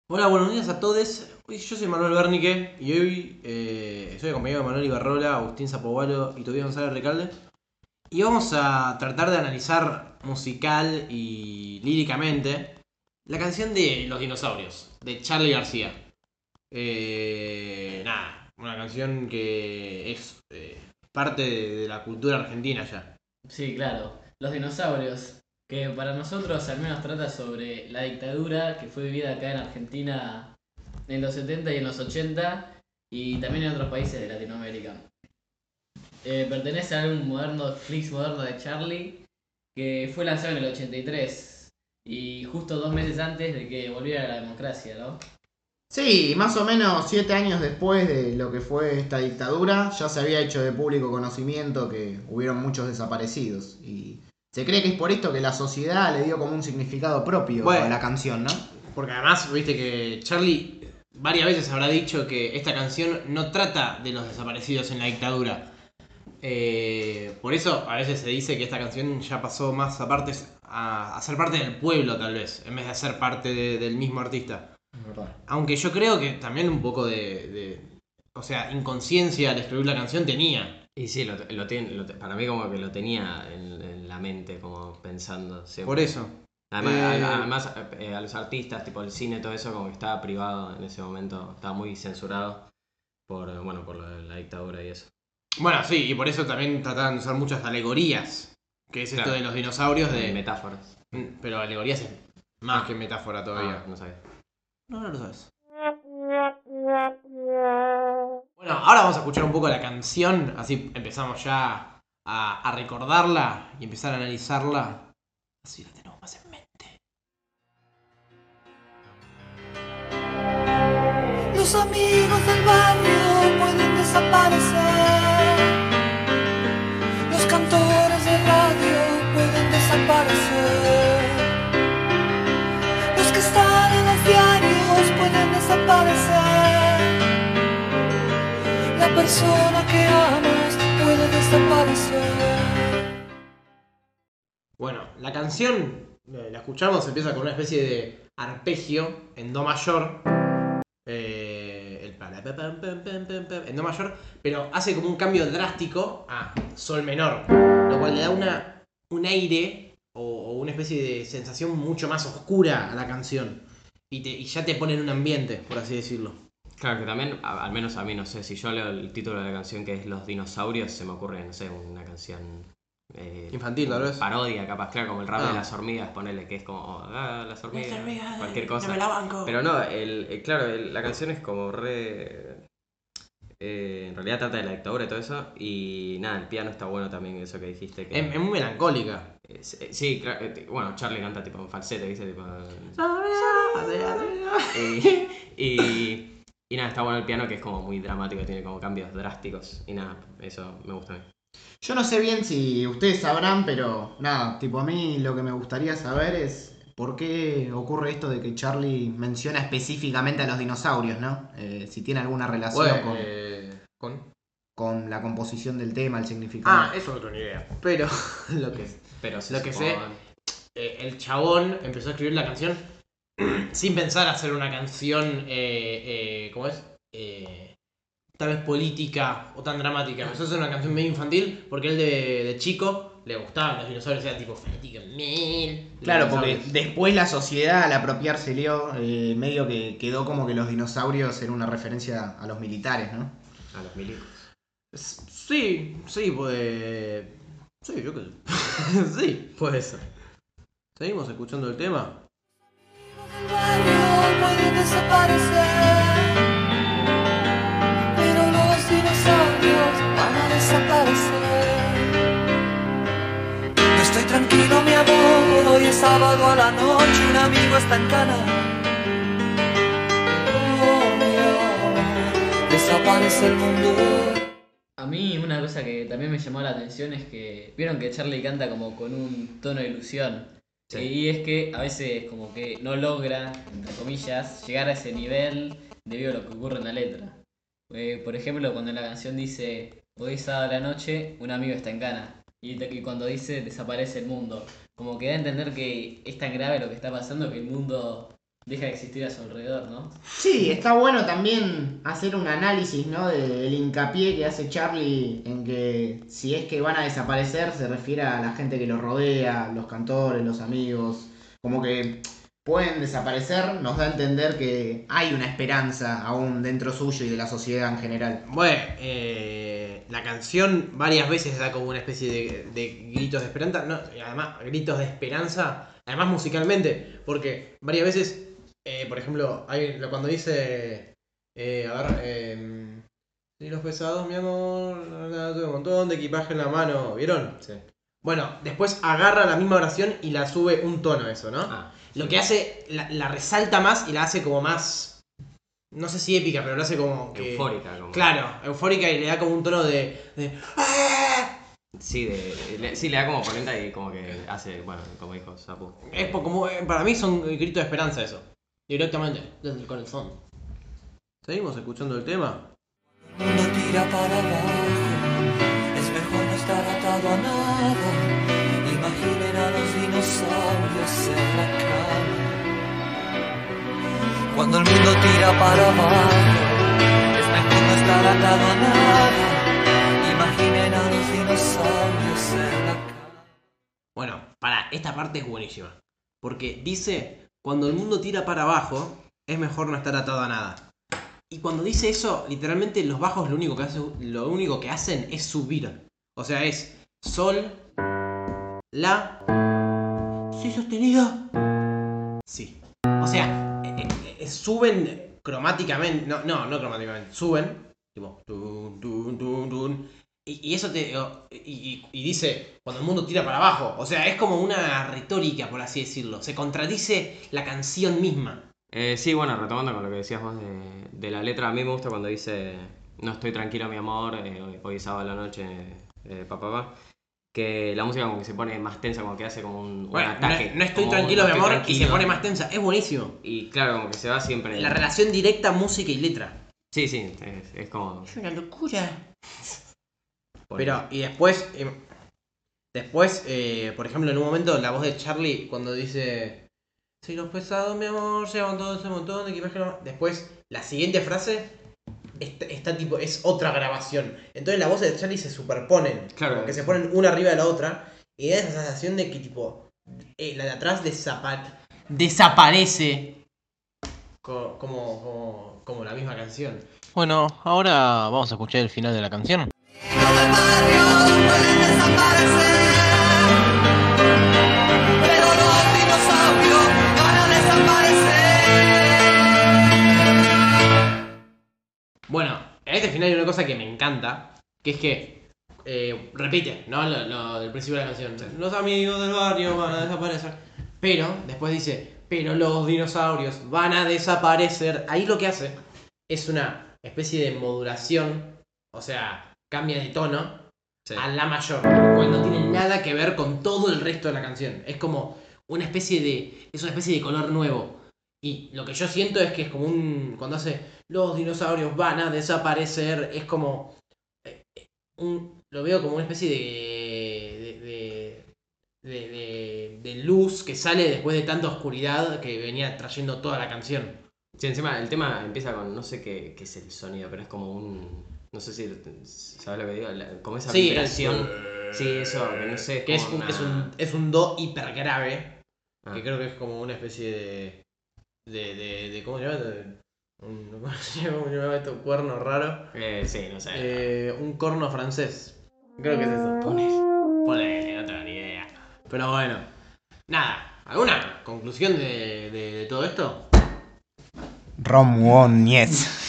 Hola, buenos días a todos. Yo soy Manuel Bernique y hoy estoy acompañado de Manuel Ibarrola, Agustín Zapovalo y Tobias González Recalde. Y vamos a tratar de analizar musical y líricamente la canción de Los Dinosaurios, de Charly García. Una canción que es parte de la cultura argentina ya. Sí, claro. Los dinosaurios, que para nosotros al menos trata sobre la dictadura que fue vivida acá en Argentina en los 70 y en los 80 y también en otros países de Latinoamérica. Pertenece al álbum moderno, Flix moderno de Charlie, que fue lanzado en el 83 y justo 2 meses antes de que volviera la democracia, ¿no? Sí, más o menos 7 años después de lo que fue esta dictadura, ya se había hecho de público conocimiento que hubieron muchos desaparecidos. Y se cree que es por esto que la sociedad le dio como un significado propio a Bueno, la canción, ¿no? porque además, viste que Charlie varias veces habrá dicho que esta canción no trata de los desaparecidos en la dictadura. Por eso a veces se dice que esta canción ya pasó más a ser parte del pueblo, tal vez, en vez de ser parte del mismo artista. Es verdad. Aunque yo creo que también un poco o sea, inconsciencia al escribir la canción tenía. Y sí, para mí como que lo tenía en la mente, como pensando Por siempre. eso. Además, a los artistas, tipo el cine, todo eso como que estaba privado en ese momento, estaba muy censurado por la dictadura y eso. Bueno, sí, y por eso también trataban de usar muchas alegorías. Que es esto Claro, de los dinosaurios de. metáforas. Pero alegorías es más que metáfora todavía. No sabía. No, no lo sabes. Bueno, ahora vamos a escuchar un poco la canción, así empezamos ya a recordarla y empezar a analizarla. Así la tenemos más en mente. Los amigos del barrio pueden desaparecer. Los cantores de radio pueden desaparecer. Los que están en los diarios pueden desaparecer. La persona que amas puede desaparecer. Bueno, la canción, la escuchamos, empieza con una especie de arpegio en do mayor. En do mayor, pero hace como un cambio drástico a sol menor, lo cual le da un aire o una especie de sensación mucho más oscura a la canción y ya te pone en un ambiente, por así decirlo. Claro que también, al menos a mí, no sé, si yo leo el título de la canción que es Los Dinosaurios, se me ocurre, no sé, una canción Infantil, tal vez. parodia, capaz, claro, como el rap de Ah. las hormigas, ponele que es como, las hormigas, Las hormigas, cualquier no cosa. me la banco. Pero no, claro, la canción es como re. En realidad trata de la dictadura y todo eso. Y nada, el piano está bueno también, eso que dijiste. Que, Es muy melancólica. sí, claro, bueno, Charlie canta tipo en falsete, ¿viste? Tipo, y nada, está bueno el piano que es como muy dramático, tiene como cambios drásticos. Y nada, eso me gusta a mí. Yo no sé bien si ustedes sabrán, pero nada, tipo a mí lo que me gustaría saber es por qué ocurre esto de que Charlie menciona específicamente a los dinosaurios, ¿no? Si tiene alguna relación Bueno, con. con la composición del tema, el significado. Eso no tengo ni idea. Pero lo que, Pero lo que sé, el chabón empezó a escribir la canción sin pensar hacer una canción, ¿cómo es? Tal vez política o tan dramática. Empezó a hacer una canción medio infantil porque él de chico le gustaban los dinosaurios, era tipo fanático mil. Claro, porque después la sociedad al apropiárselo, medio que quedó como que los dinosaurios eran una referencia a los militares, ¿no? a los milicos. Sí, sí, pues. Sí, yo que. Sí, puede ser. ¿Seguimos escuchando el tema? El barrio puede desaparecer, pero los dinosaurios van a desaparecer. No estoy tranquilo, mi amor, hoy es sábado a la noche, un amigo está en cana. Oh, mi amor, desaparece el mundo. A mí una cosa que también me llamó la atención es que vieron que Charlie canta como con un tono de ilusión. Sí. Y es que a veces como que no logra, entre comillas, llegar a ese nivel debido a lo que ocurre en la letra. Por ejemplo, cuando la canción dice hoy es sábado a la noche, un amigo está en cana. Y cuando dice desaparece el mundo. Como que da a entender que es tan grave lo que está pasando que el mundo deja de existir a su alrededor, ¿no? Sí, está bueno también hacer un análisis, ¿no? Del hincapié que hace Charlie en que si es que van a desaparecer se refiere a la gente que los rodea, los cantores, los amigos, como que pueden desaparecer, nos da a entender que hay una esperanza aún dentro suyo y de la sociedad en general. Bueno, la canción varias veces da como una especie de gritos de esperanza, no, además gritos de esperanza, además musicalmente, porque varias veces, por ejemplo, cuando dice, si los pesados, mi amor, tuve un montón de equipaje en la mano, ¿vieron? Sí. Bueno, después agarra la misma oración y la sube un tono eso, ¿no? Ah, Lo que hace, la resalta más y la hace como más, no sé si épica, pero lo hace como que... eufórica. Como... Claro, eufórica y le da como un tono de ¡ah! Sí, sí, le da como polenta y como que hace, bueno, como dijo Sapu. Como, para mí son gritos de esperanza eso. Directamente, desde el corazón. ¿Seguimos escuchando el tema? El mundo tira para abajo, es mejor no estar atado a nada. Imaginen a los dinosaurios en la cama. Cuando el mundo tira para abajo, es mejor no estar atado a nada. Imaginen a los dinosaurios en la cama. Bueno, esta parte es buenísima. Porque dice, cuando el mundo tira para abajo, es mejor no estar atado a nada. Y cuando dice eso, literalmente los bajos lo único que hacen es subir. O sea, es sol, la, si sostenido, si. O sea, suben cromáticamente, no cromáticamente, suben, tipo, tun, tun, tun, tun, y eso y dice, cuando el mundo tira para abajo. O sea, es como una retórica, por así decirlo. Se contradice la canción misma. Sí, bueno, retomando con lo que decías vos de la letra, a mí me gusta cuando dice no estoy tranquilo mi amor, hoy es sábado a la noche, papá, que la música como que se pone más tensa, como que hace como un ataque. No estoy como tranquilo, mi amor, tranquilo. y se pone más tensa. Es buenísimo. Y claro, como que se va siempre... La relación directa música y letra. Sí, es como... Es una locura. Bueno. Pero, y después, por ejemplo, en un momento la voz de Charlie cuando dice... Si los pesados, mi amor, llevan todo ese montón de equipaje. Después, la siguiente frase está tipo, es otra grabación. Entonces las voces de Charlie se superponen. Claro. Como que se ponen una arriba de la otra. Y da esa sensación de que tipo, la de atrás desaparece. Como la misma canción. Bueno, ahora vamos a escuchar el final de la canción. Los del barrio pueden desaparecer, pero los dinosaurios van a desaparecer. Bueno, en este final hay una cosa que me encanta, que es que repite, ¿no? Lo del principio de la canción. Los amigos del barrio van a desaparecer. Pero después dice, pero los dinosaurios van a desaparecer. Ahí lo que hace es una especie de modulación, o sea, cambia de tono a la mayor, cual no tiene nada que ver con todo el resto de la canción. Es como una especie de color nuevo. Y lo que yo siento es que es como cuando hace los dinosaurios van a desaparecer, es como lo veo como una especie de luz que sale después de tanta oscuridad que venía trayendo toda la canción. Sí, encima el tema empieza con, no sé qué es el sonido, pero es como un... No sé si sabes lo que digo, como esa vibración. Sí, eso, que no sé. Que es un do hiper grave, Ah. que creo que es como una especie de ¿cómo se llama? ¿Cómo se llama esto? ¿Cuerno raro? Sí, no sé. Un corno francés. Creo que es eso. Ponele, no tengo ni idea. Pero bueno. Nada. ¿Alguna conclusión de todo esto? Rom Won Yes.